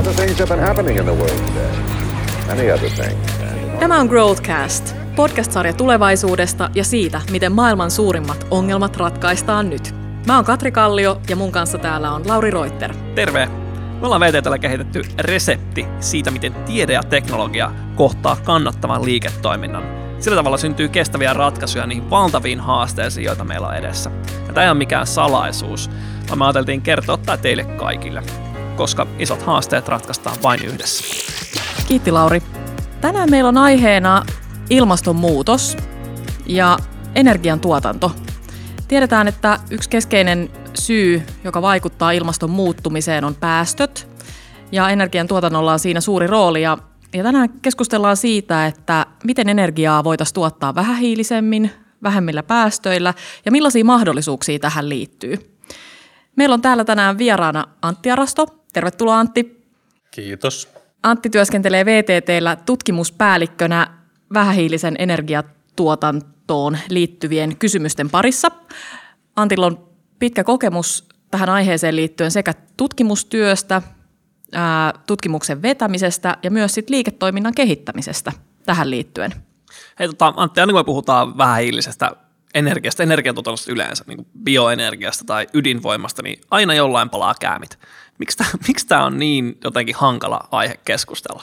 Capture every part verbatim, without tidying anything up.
other things have been happening in the world today. Many other things. Tämä on Growthcast, podcast-sarja tulevaisuudesta ja siitä, miten maailman suurimmat ongelmat ratkaistaan nyt. Mä oon Katri Kallio ja mun kanssa täällä on Lauri Reuter. Terve! Me ollaan V T T:llä kehitetty resepti siitä, miten tiede ja teknologia kohtaa kannattavan liiketoiminnan. Sillä tavalla syntyy kestäviä ratkaisuja niihin valtaviin haasteisiin, joita meillä on edessä. Ja tämä ei ole mikään salaisuus, vaan me ajateltiin kertoa tämä teille kaikille, koska isot haasteet ratkaistaan vain yhdessä. Kiitti Lauri. Tänään meillä on aiheena ilmastonmuutos ja energiantuotanto. Tiedetään, että yksi keskeinen syy, joka vaikuttaa ilmaston muuttumiseen, on päästöt, ja energiantuotannolla on siinä suuri rooli. Ja, ja tänään keskustellaan siitä, että miten energiaa voitaisiin tuottaa vähähiilisemmin, vähemmillä päästöillä, ja millaisia mahdollisuuksia tähän liittyy. Meillä on täällä tänään vieraana Antti Arasto. Tervetuloa Antti. Kiitos. Antti työskentelee V T T:llä tutkimuspäällikkönä vähähiilisen energiatuotantoon liittyvien kysymysten parissa. Antilla on pitkä kokemus tähän aiheeseen liittyen sekä tutkimustyöstä, ää, tutkimuksen vetämisestä ja myös sit liiketoiminnan kehittämisestä tähän liittyen. Hei tota, Antti, aina kun me puhutaan vähähiilisestä energiasta, energiantuotannosta yleensä, niin kuin bioenergiasta tai ydinvoimasta, niin aina jollain palaa käämit. Miksi tämä, miksi tämä on niin jotenkin hankala aihe keskustella?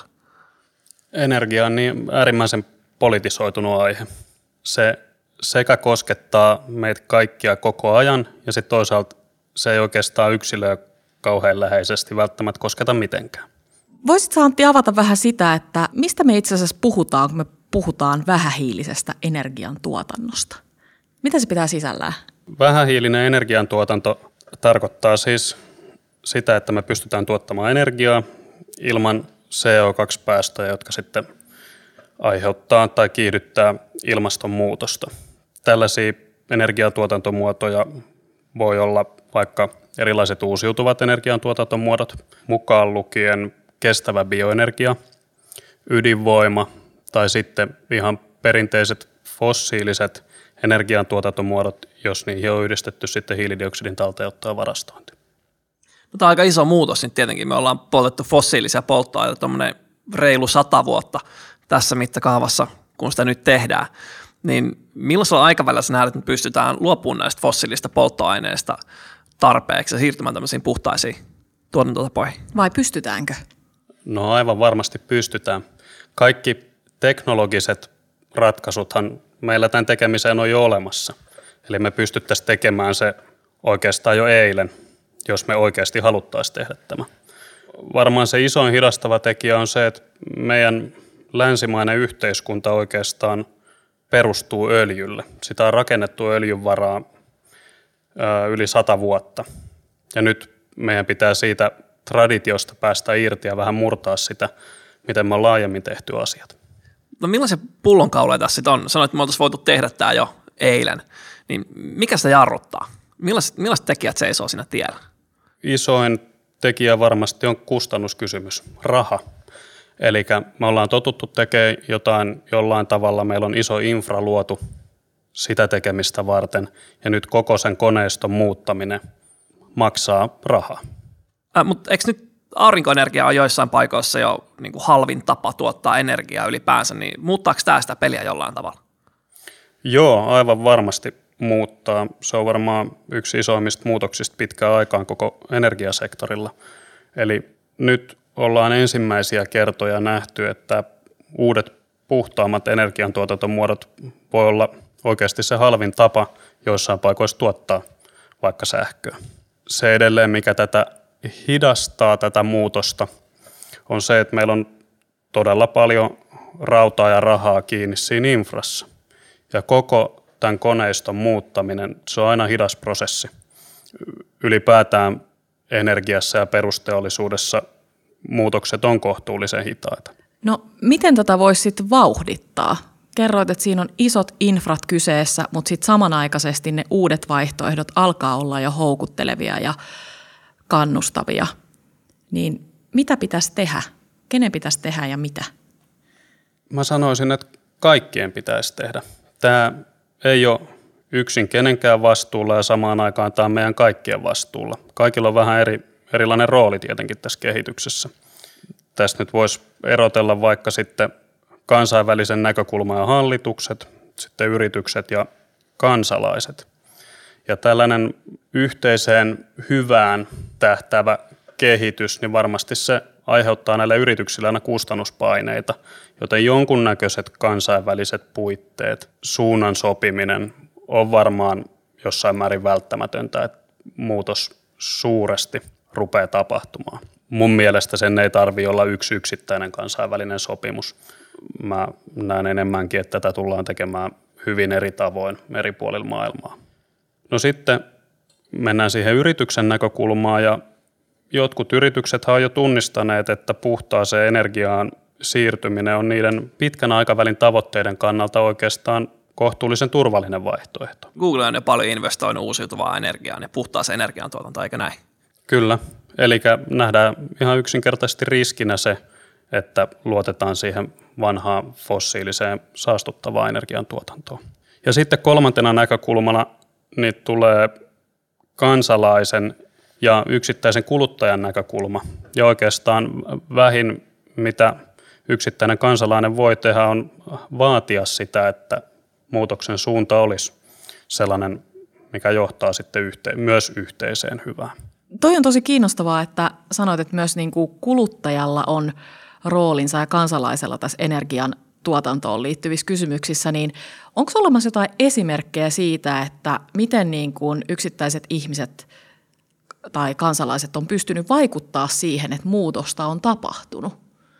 Energia on niin äärimmäisen politisoitunut aihe. Se sekä koskettaa meitä kaikkia koko ajan, ja sitten toisaalta se ei oikeastaan yksilöä kauhean läheisesti välttämättä kosketa mitenkään. Voisitko Antti avata vähän sitä, että mistä me itse asiassa puhutaan, kun me puhutaan vähähiilisestä energiantuotannosta? Mitä se pitää sisällään? Vähähiilinen energiantuotanto tarkoittaa siis sitä, että me pystytään tuottamaan energiaa ilman C O kaksi -päästöjä, jotka sitten aiheuttaa tai kiihdyttää ilmastonmuutosta. Tällaisia energiantuotantomuotoja voi olla vaikka erilaiset uusiutuvat energiantuotantomuodot, mukaan lukien kestävä bioenergia, ydinvoima tai sitten ihan perinteiset fossiiliset energiantuotantomuodot, jos niihin on yhdistetty sitten hiilidioksidin talteenotto ja varastointi. No, tämä on aika iso muutos, niin tietenkin me ollaan poltettu fossiilisia polttoaineita tuommoinen reilu sata vuotta tässä mittakaavassa, kun sitä nyt tehdään. Niin millaisella aikavälillä sä näet, että me pystytään luopumaan näistä fossiilisista polttoaineista tarpeeksi ja siirtymään tämmöisiin puhtaisiin tuotantotapoihin? Vai pystytäänkö? No aivan varmasti pystytään. Kaikki teknologiset ratkaisuthan meillä tämän tekemiseen on jo olemassa. Eli me pystyttäisiin tekemään se oikeastaan jo eilen, jos me oikeasti haluttaisiin tehdä tämä. Varmaan se isoin hidastava tekijä on se, että meidän länsimainen yhteiskunta oikeastaan perustuu öljylle. Sitä on rakennettu öljyn varaa yli sata vuotta. Ja nyt meidän pitää siitä traditiosta päästä irti ja vähän murtaa sitä, miten me on laajemmin tehty asiat. No millaisia pullonkauloja tässä sitten on? Sanoit, että me oltaisiin voitu tehdä tämä jo eilen. Niin mikä sitä jarruttaa? Millaiset, millaiset tekijät seisoo siinä tiellä? Isoin tekijä varmasti on kustannuskysymys, raha. Eli me ollaan totuttu tekemään jotain jollain tavalla, meillä on iso infra luotu sitä tekemistä varten, ja nyt koko sen koneiston muuttaminen maksaa rahaa. Äh, mutta eikö nyt aurinkoenergia on joissain paikoissa jo niin kuin halvin tapa tuottaa energiaa ylipäänsä, niin muuttaako tämä sitä peliä jollain tavalla? Joo, aivan varmasti muuttaa. Se on varmaan yksi isoimmista muutoksista pitkään aikaan koko energiasektorilla. Eli nyt ollaan ensimmäisiä kertoja nähty, että uudet puhtaammat energiantuotantomuodot voi olla oikeasti se halvin tapa joissain paikoissa tuottaa vaikka sähköä. Se edelleen, mikä tätä hidastaa tätä muutosta, on se, että meillä on todella paljon rautaa ja rahaa kiinni siinä infrassa. Ja koko tämän koneiston muuttaminen, se on aina hidas prosessi. Ylipäätään energiassa ja perusteollisuudessa muutokset on kohtuullisen hitaita. No miten tätä voisi sitten vauhdittaa? Kerroit, että siinä on isot infrat kyseessä, mutta sitten samanaikaisesti ne uudet vaihtoehdot alkaa olla jo houkuttelevia ja kannustavia. Niin mitä pitäisi tehdä? Kenen pitäisi tehdä ja mitä? Mä sanoisin, että kaikkien pitäisi tehdä. Tämä ei ole yksin kenenkään vastuulla ja samaan aikaan tämä on meidän kaikkien vastuulla. Kaikilla on vähän eri, erilainen rooli tietenkin tässä kehityksessä. Tästä nyt voisi erotella vaikka sitten kansainvälisen näkökulman ja hallitukset, sitten yritykset ja kansalaiset. Ja tällainen yhteiseen hyvään tähtäävä kehitys, niin varmasti se aiheuttaa näille yrityksille aina kustannuspaineita, joten jonkunnäköiset kansainväliset puitteet, suunnan sopiminen on varmaan jossain määrin välttämätöntä, että muutos suuresti rupeaa tapahtumaan. Mun mielestä sen ei tarvitse olla yksi yksittäinen kansainvälinen sopimus. Mä näen enemmänkin, että tätä tullaan tekemään hyvin eri tavoin eri puolilla maailmaa. No sitten mennään siihen yrityksen näkökulmaan ja jotkut yritykset on jo tunnistaneet, että puhtaaseen energiaan siirtyminen on niiden pitkän aikavälin tavoitteiden kannalta oikeastaan kohtuullisen turvallinen vaihtoehto. Google on jo paljon investoinut uusiutuvaan energiaan ja puhtaaseen energiantuotantoon, eikö näin? Kyllä, eli nähdään ihan yksinkertaisesti riskinä se, että luotetaan siihen vanhaan fossiiliseen saastuttavaan energiantuotantoon. Ja sitten kolmantena näkökulmana niin tulee kansalaisen ja yksittäisen kuluttajan näkökulma. Ja oikeastaan vähin, mitä yksittäinen kansalainen voi tehdä, on vaatia sitä, että muutoksen suunta olisi sellainen, mikä johtaa sitten yhteen, myös yhteiseen hyvään. Toi on tosi kiinnostavaa, että sanoit, että myös niin kuin kuluttajalla on roolinsa ja kansalaisella tässä energian tuotantoon liittyvissä kysymyksissä, niin onko olemassa jotain esimerkkejä siitä, että miten niin kuin yksittäiset ihmiset tai kansalaiset on pystynyt vaikuttaa siihen, että muutosta on tapahtunut?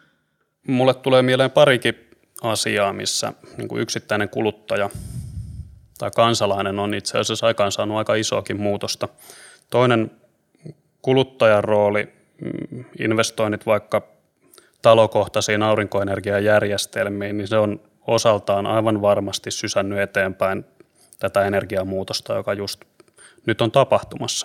Mulle tulee mieleen parikin asiaa, missä niin kuin yksittäinen kuluttaja tai kansalainen on itse asiassa aikaansaanut aika isoakin muutosta. Toinen kuluttajan rooli, investoinnit vaikka talokohtaisiin aurinkoenergiajärjestelmiin, niin se on osaltaan aivan varmasti sysännyt eteenpäin tätä energiamuutosta, joka just nyt on tapahtumassa.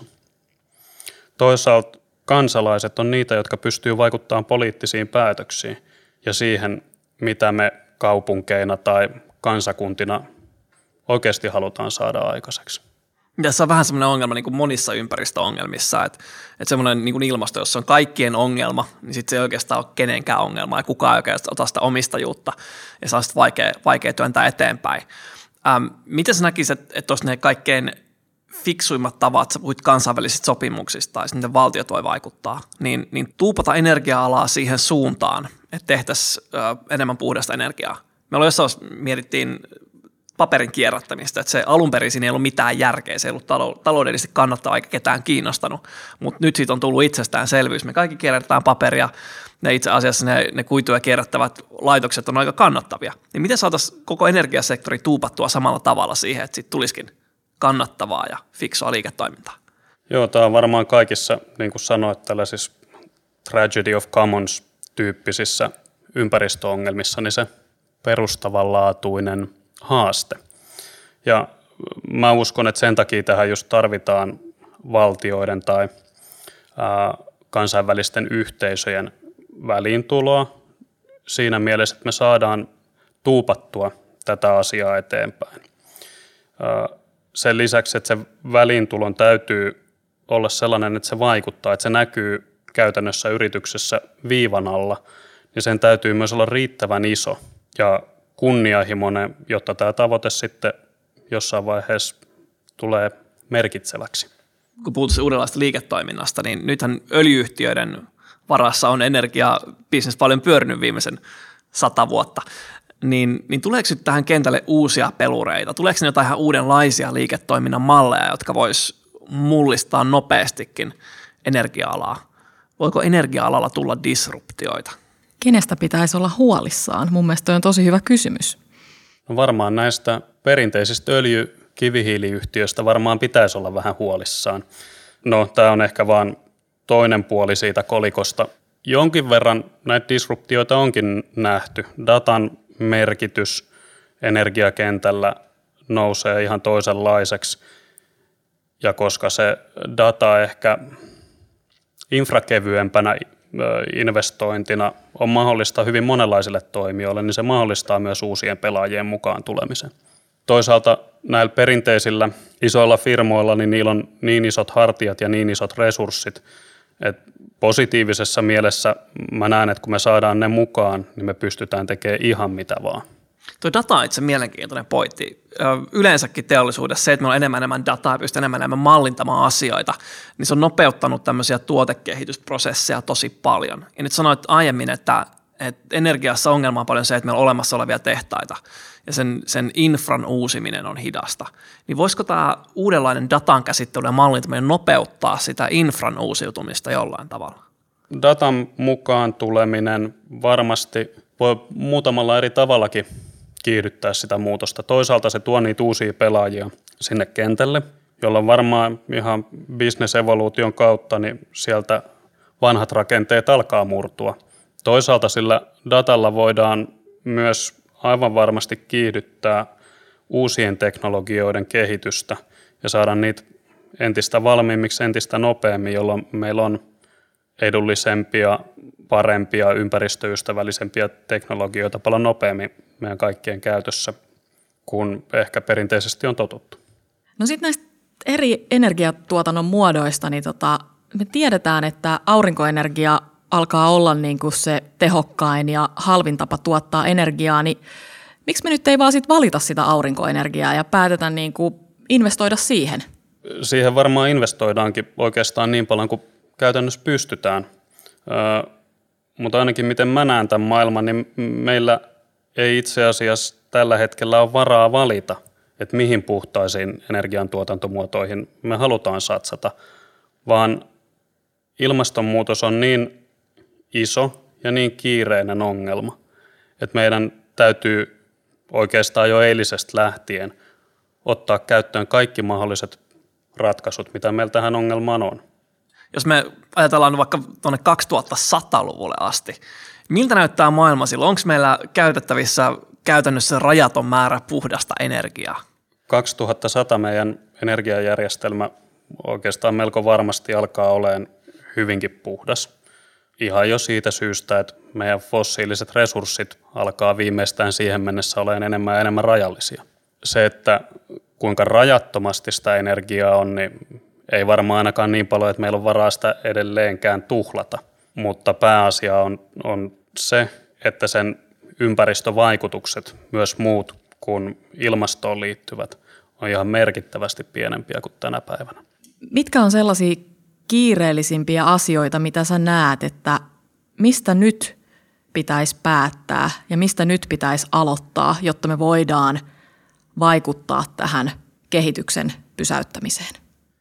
Toisaalta kansalaiset on niitä, jotka pystyy vaikuttamaan poliittisiin päätöksiin ja siihen, mitä me kaupunkeina tai kansakuntina oikeasti halutaan saada aikaiseksi. Tässä on vähän semmoinen ongelma niin kuin monissa ympäristöongelmissa, että, että semmoinen niin kuin ilmasto, jossa on kaikkien ongelma, niin sitten se ei oikeastaan ole kenenkään ongelma ja kukaan ei oikeastaan ota sitä omistajuutta ja se on sitten vaikea, vaikea työntää eteenpäin. Ähm, miten sä näkisit, että, että olisi ne kaikkein fiksuimmat tavat, sä puhuit kansainvälisistä sopimuksista tai miten valtiot voi vaikuttaa, niin, niin tuupata energia-alaa siihen suuntaan, että tehtäisiin ö, enemmän puhdasta energiaa. Me ollaan jossain mietittiin paperin kierrättämistä, että se alun perin siinä ei ollut mitään järkeä, se ei ollut taloudellisesti kannattavaa eikä ketään kiinnostanut, mutta nyt siitä on tullut itsestäänselvyys. Me kaikki kierrätetään paperia, ne itse asiassa ne, ne kuituja kierrättävät laitokset on aika kannattavia. Niin miten saataisiin koko energiasektori tuupattua samalla tavalla siihen, että siitä tulisikin kannattavaa ja fiksua liiketoimintaa? Joo, tämä on varmaan kaikissa, niin kuin sanoit, tällaisissa tragedy of commons-tyyppisissä ympäristöongelmissa, niin se perustavanlaatuinen haaste. Ja mä uskon, että sen takia tähän just tarvitaan valtioiden tai ää, kansainvälisten yhteisöjen väliintuloa siinä mielessä, että me saadaan tuupattua tätä asiaa eteenpäin. Ää, sen lisäksi, että se väliintulon täytyy olla sellainen, että se vaikuttaa, että se näkyy käytännössä yrityksessä viivan alla, niin sen täytyy myös olla riittävän iso ja kunnianhimoinen, jotta tämä tavoite sitten jossain vaiheessa tulee merkitseväksi. Kun puhutaan uudenlaista liiketoiminnasta, niin nythän öljy-yhtiöiden varassa on energiabisnes paljon pyörinyt viimeisen sata vuotta. Niin, niin tuleeko nyt tähän kentälle uusia pelureita? Tuleeko ne jotain ihan uudenlaisia liiketoiminnan malleja, jotka vois mullistaa nopeastikin energia-alaa? Voiko energia-alalla tulla disruptioita? Kenestä pitäisi olla huolissaan? Mun mielestä on tosi hyvä kysymys. No varmaan näistä perinteisistä öljy-kivihiiliyhtiöistä varmaan pitäisi olla vähän huolissaan. No tämä on ehkä vaan toinen puoli siitä kolikosta. Jonkin verran näitä disruptioita onkin nähty. Datan merkitys energiakentällä nousee ihan toisenlaiseksi. Ja koska se data ehkä infrakevyempänä investointina on mahdollista hyvin monenlaisille toimijoille, niin se mahdollistaa myös uusien pelaajien mukaan tulemisen. Toisaalta näillä perinteisillä isoilla firmoilla, niin niillä on niin isot hartiat ja niin isot resurssit, Et positiivisessa mielessä mä näen, että kun me saadaan ne mukaan, niin me pystytään tekemään ihan mitä vaan. Tuo data on itse mielenkiintoinen pointti. Yleensäkin teollisuudessa se, että meillä on enemmän enemmän dataa ja pystyy enemmän enemmän mallintamaan asioita, niin se on nopeuttanut tämmöisiä tuotekehitysprosesseja tosi paljon. Ja nyt sanoit aiemmin, että, että energiassa ongelma on paljon se, että meillä on olemassa olevia tehtaita ja sen, sen infran uusiminen on hidasta. Niin voisiko tämä uudenlainen datan käsittely ja mallintaminen nopeuttaa sitä infran uusiutumista jollain tavalla? Datan mukaan tuleminen varmasti voi muutamalla eri tavallakin kiihdyttää sitä muutosta. Toisaalta se tuo niitä uusia pelaajia sinne kentälle, jolloin varmaan ihan business-evoluution kautta niin sieltä vanhat rakenteet alkaa murtua. Toisaalta sillä datalla voidaan myös aivan varmasti kiihdyttää uusien teknologioiden kehitystä ja saada niitä entistä valmiimmiksi, entistä nopeammin, jolloin meillä on edullisempia, parempia, ympäristöystävällisempiä teknologioita paljon nopeammin meidän kaikkien käytössä kuin ehkä perinteisesti on totuttu. No sitten näistä eri energiatuotannon muodoista, niin tota, me tiedetään, että aurinkoenergia alkaa olla niin kuin se tehokkain ja halvin tapa tuottaa energiaa, niin miksi me nyt ei vaan sit valita sitä aurinkoenergiaa ja päätetä niin kuin investoida siihen? Siihen varmaan investoidaankin oikeastaan niin paljon kuin käytännössä pystytään, öö, mutta ainakin miten mä näen tämän maailman, niin meillä ei itse asiassa tällä hetkellä ole varaa valita, että mihin puhtaisiin energiantuotantomuotoihin me halutaan satsata, vaan ilmastonmuutos on niin iso ja niin kiireinen ongelma, että meidän täytyy oikeastaan jo eilisestä lähtien ottaa käyttöön kaikki mahdolliset ratkaisut, mitä meillä tähän ongelmaan on. Jos me ajatellaan vaikka tuonne kaksituhattasataluvulle asti, miltä näyttää maailma silloin? Onko meillä käytettävissä käytännössä rajaton määrä puhdasta energiaa? kaksituhattasata meidän energiajärjestelmä oikeastaan melko varmasti alkaa olemaan hyvinkin puhdas. Ihan jo siitä syystä, että meidän fossiiliset resurssit alkaa viimeistään siihen mennessä olemaan enemmän ja enemmän rajallisia. Se, että kuinka rajattomasti sitä energiaa on, niin ei varmaan ainakaan niin paljon, että meillä on varaa sitä edelleenkään tuhlata, mutta pääasia on, on se, että sen ympäristövaikutukset, myös muut kuin ilmastoon liittyvät, on ihan merkittävästi pienempiä kuin tänä päivänä. Mitkä on sellaisia kiireellisimpiä asioita, mitä sä näet, että mistä nyt pitäisi päättää ja mistä nyt pitäisi aloittaa, jotta me voidaan vaikuttaa tähän kehityksen pysäyttämiseen?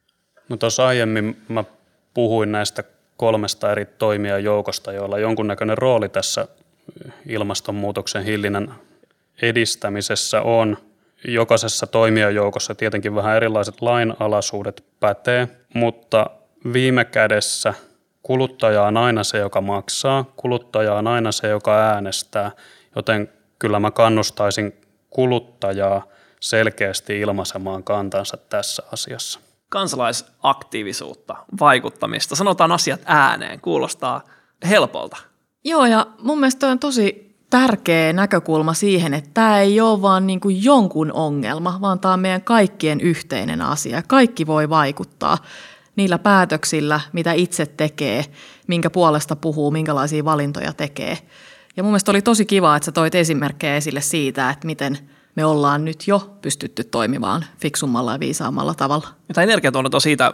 No tuossa aiemmin mä puhuin näistä kolmesta eri toimijajoukosta, joilla on jonkunnäköinen rooli tässä ilmastonmuutoksen hillinnän edistämisessä on. Jokaisessa toimijajoukossa tietenkin vähän erilaiset lainalaisuudet pätee, mutta viime kädessä kuluttaja on aina se, joka maksaa, kuluttaja on aina se, joka äänestää, joten kyllä mä kannustaisin kuluttajaa selkeästi ilmaisemaan kantansa tässä asiassa. Kansalaisaktiivisuutta, vaikuttamista, sanotaan asiat ääneen, kuulostaa helpolta. Joo, ja mun mielestä on tosi tärkeä näkökulma siihen, että tämä ei ole vaan niin kuin jonkun ongelma, vaan tämä on meidän kaikkien yhteinen asia. Kaikki voi vaikuttaa niillä päätöksillä, mitä itse tekee, minkä puolesta puhuu, minkälaisia valintoja tekee. Ja mun mielestä oli tosi kiva, että sä toit esimerkkejä esille siitä, että miten me ollaan nyt jo pystytty toimimaan fiksummalla ja viisaammalla tavalla. Tämä energiatuotanto on siitä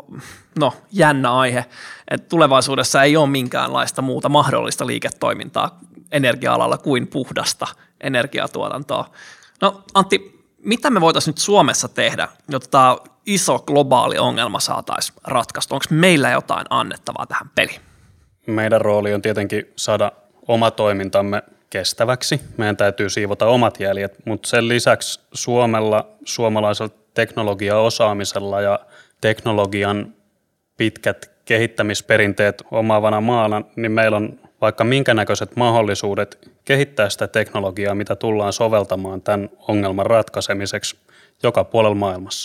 no, jännä aihe, että tulevaisuudessa ei ole minkäänlaista muuta mahdollista liiketoimintaa energia-alalla kuin puhdasta energiatuotantoa. No Antti, mitä me voitaisiin nyt Suomessa tehdä, jotta tämä iso globaali ongelma saataisiin ratkaista? Onko meillä jotain annettavaa tähän peliin? Meidän rooli on tietenkin saada oma toimintamme kestäväksi. Meidän täytyy siivota omat jäljet, mutta sen lisäksi Suomella, suomalaisella teknologiaosaamisella ja teknologian pitkät kehittämisperinteet omaavana maana, niin meillä on vaikka minkä näköiset mahdollisuudet kehittää sitä teknologiaa, mitä tullaan soveltamaan tämän ongelman ratkaisemiseksi joka puolella maailmassa.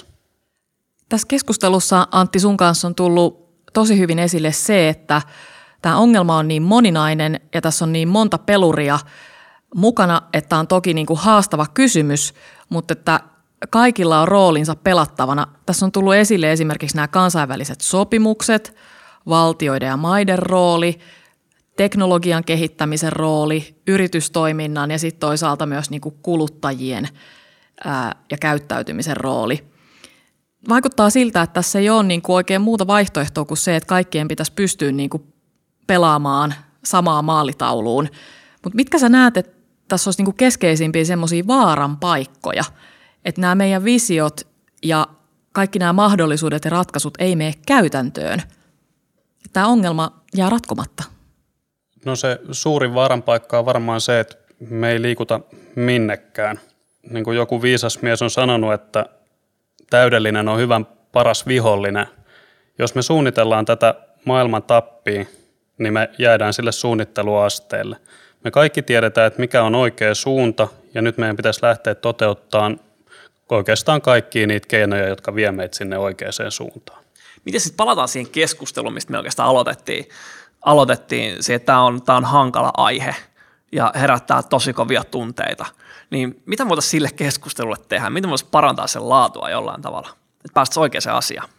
Tässä keskustelussa, Antti, sun kanssa on tullut tosi hyvin esille se, että tämä ongelma on niin moninainen ja tässä on niin monta peluria mukana, että on toki niin kuin haastava kysymys, mutta että kaikilla on roolinsa pelattavana. Tässä on tullut esille esimerkiksi nämä kansainväliset sopimukset, valtioiden ja maiden rooli, teknologian kehittämisen rooli, yritystoiminnan ja sitten toisaalta myös niin kuin kuluttajien ää, ja käyttäytymisen rooli. Vaikuttaa siltä, että tässä ei ole niin kuin oikein muuta vaihtoehtoa kuin se, että kaikkien pitäisi pystyä niin kuin pelaamaan samaa maalitauluun. Mutta mitkä sä näet, että tässä olisi niin kuin keskeisimpiä semmoisia vaaran paikkoja, että nämä meidän visiot ja kaikki nämä mahdollisuudet ja ratkaisut ei mene käytäntöön. Tämä ongelma jää ratkomatta. No se suurin vaaran paikka on varmaan se, että me ei liikuta minnekään. Niin kuin joku viisas mies on sanonut, että täydellinen on hyvän paras vihollinen. Jos me suunnitellaan tätä maailman tappiin, niin me jäädään sille suunnitteluasteelle. Me kaikki tiedetään, että mikä on oikea suunta, ja nyt meidän pitäisi lähteä toteuttamaan oikeastaan kaikkia niitä keinoja, jotka vie meitä sinne oikeaan suuntaan. Miten sitten palataan siihen keskusteluun, mistä me oikeastaan aloitettiin, aloitettiin siihen, että tämä on, tämä on hankala aihe ja herättää tosi kovia tunteita. Niin mitä voitaisiin sille keskustelulle tehdä? Miten voitaisiin parantaa sen laatua jollain tavalla, että päästäisiin oikeaan asiaan?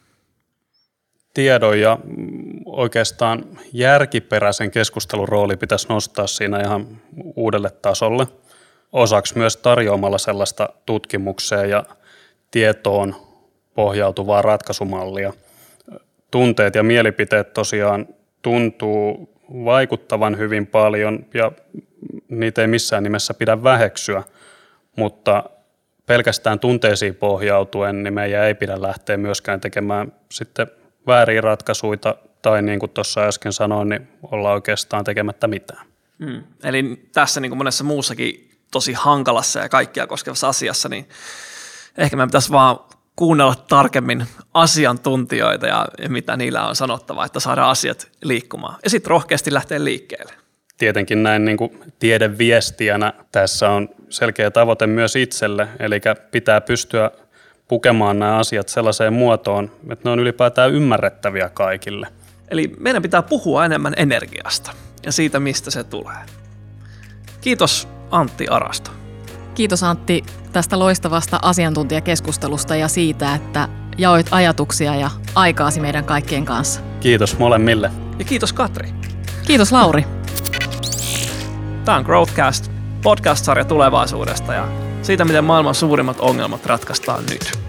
Tiedon ja oikeastaan järkiperäisen keskustelun rooli pitäisi nostaa siinä ihan uudelle tasolle. Osaksi myös tarjoamalla sellaista tutkimukseen ja tietoon pohjautuvaa ratkaisumallia. Tunteet ja mielipiteet tosiaan tuntuu vaikuttavan hyvin paljon ja niitä ei missään nimessä pidä väheksyä, mutta pelkästään tunteisiin pohjautuen niin meidän ei pidä lähteä myöskään tekemään sitten vääriä ratkaisuja tai niin kuin tuossa äsken sanoin, niin ollaan oikeastaan tekemättä mitään. Hmm. Eli tässä niin kuin monessa muussakin tosi hankalassa ja kaikkia koskevassa asiassa, niin ehkä meidän pitäisi vaan kuunnella tarkemmin asiantuntijoita ja, ja mitä niillä on sanottavaa, että saadaan asiat liikkumaan. Ja sitten rohkeasti lähteä liikkeelle. Tietenkin näin niin kuin tiedeviestijänä tässä on selkeä tavoite myös itselle, eli pitää pystyä pukemaan nämä asiat sellaiseen muotoon, että ne on ylipäätään ymmärrettäviä kaikille. Eli meidän pitää puhua enemmän energiasta ja siitä, mistä se tulee. Kiitos Antti Arasto. Kiitos Antti tästä loistavasta asiantuntijakeskustelusta ja siitä, että jaoit ajatuksia ja aikaasi meidän kaikkien kanssa. Kiitos molemmille. Ja kiitos Katri. Kiitos Lauri. Tämä on Growthcast, podcast-sarja tulevaisuudesta ja siitä, miten maailman suurimmat ongelmat ratkaistaan nyt.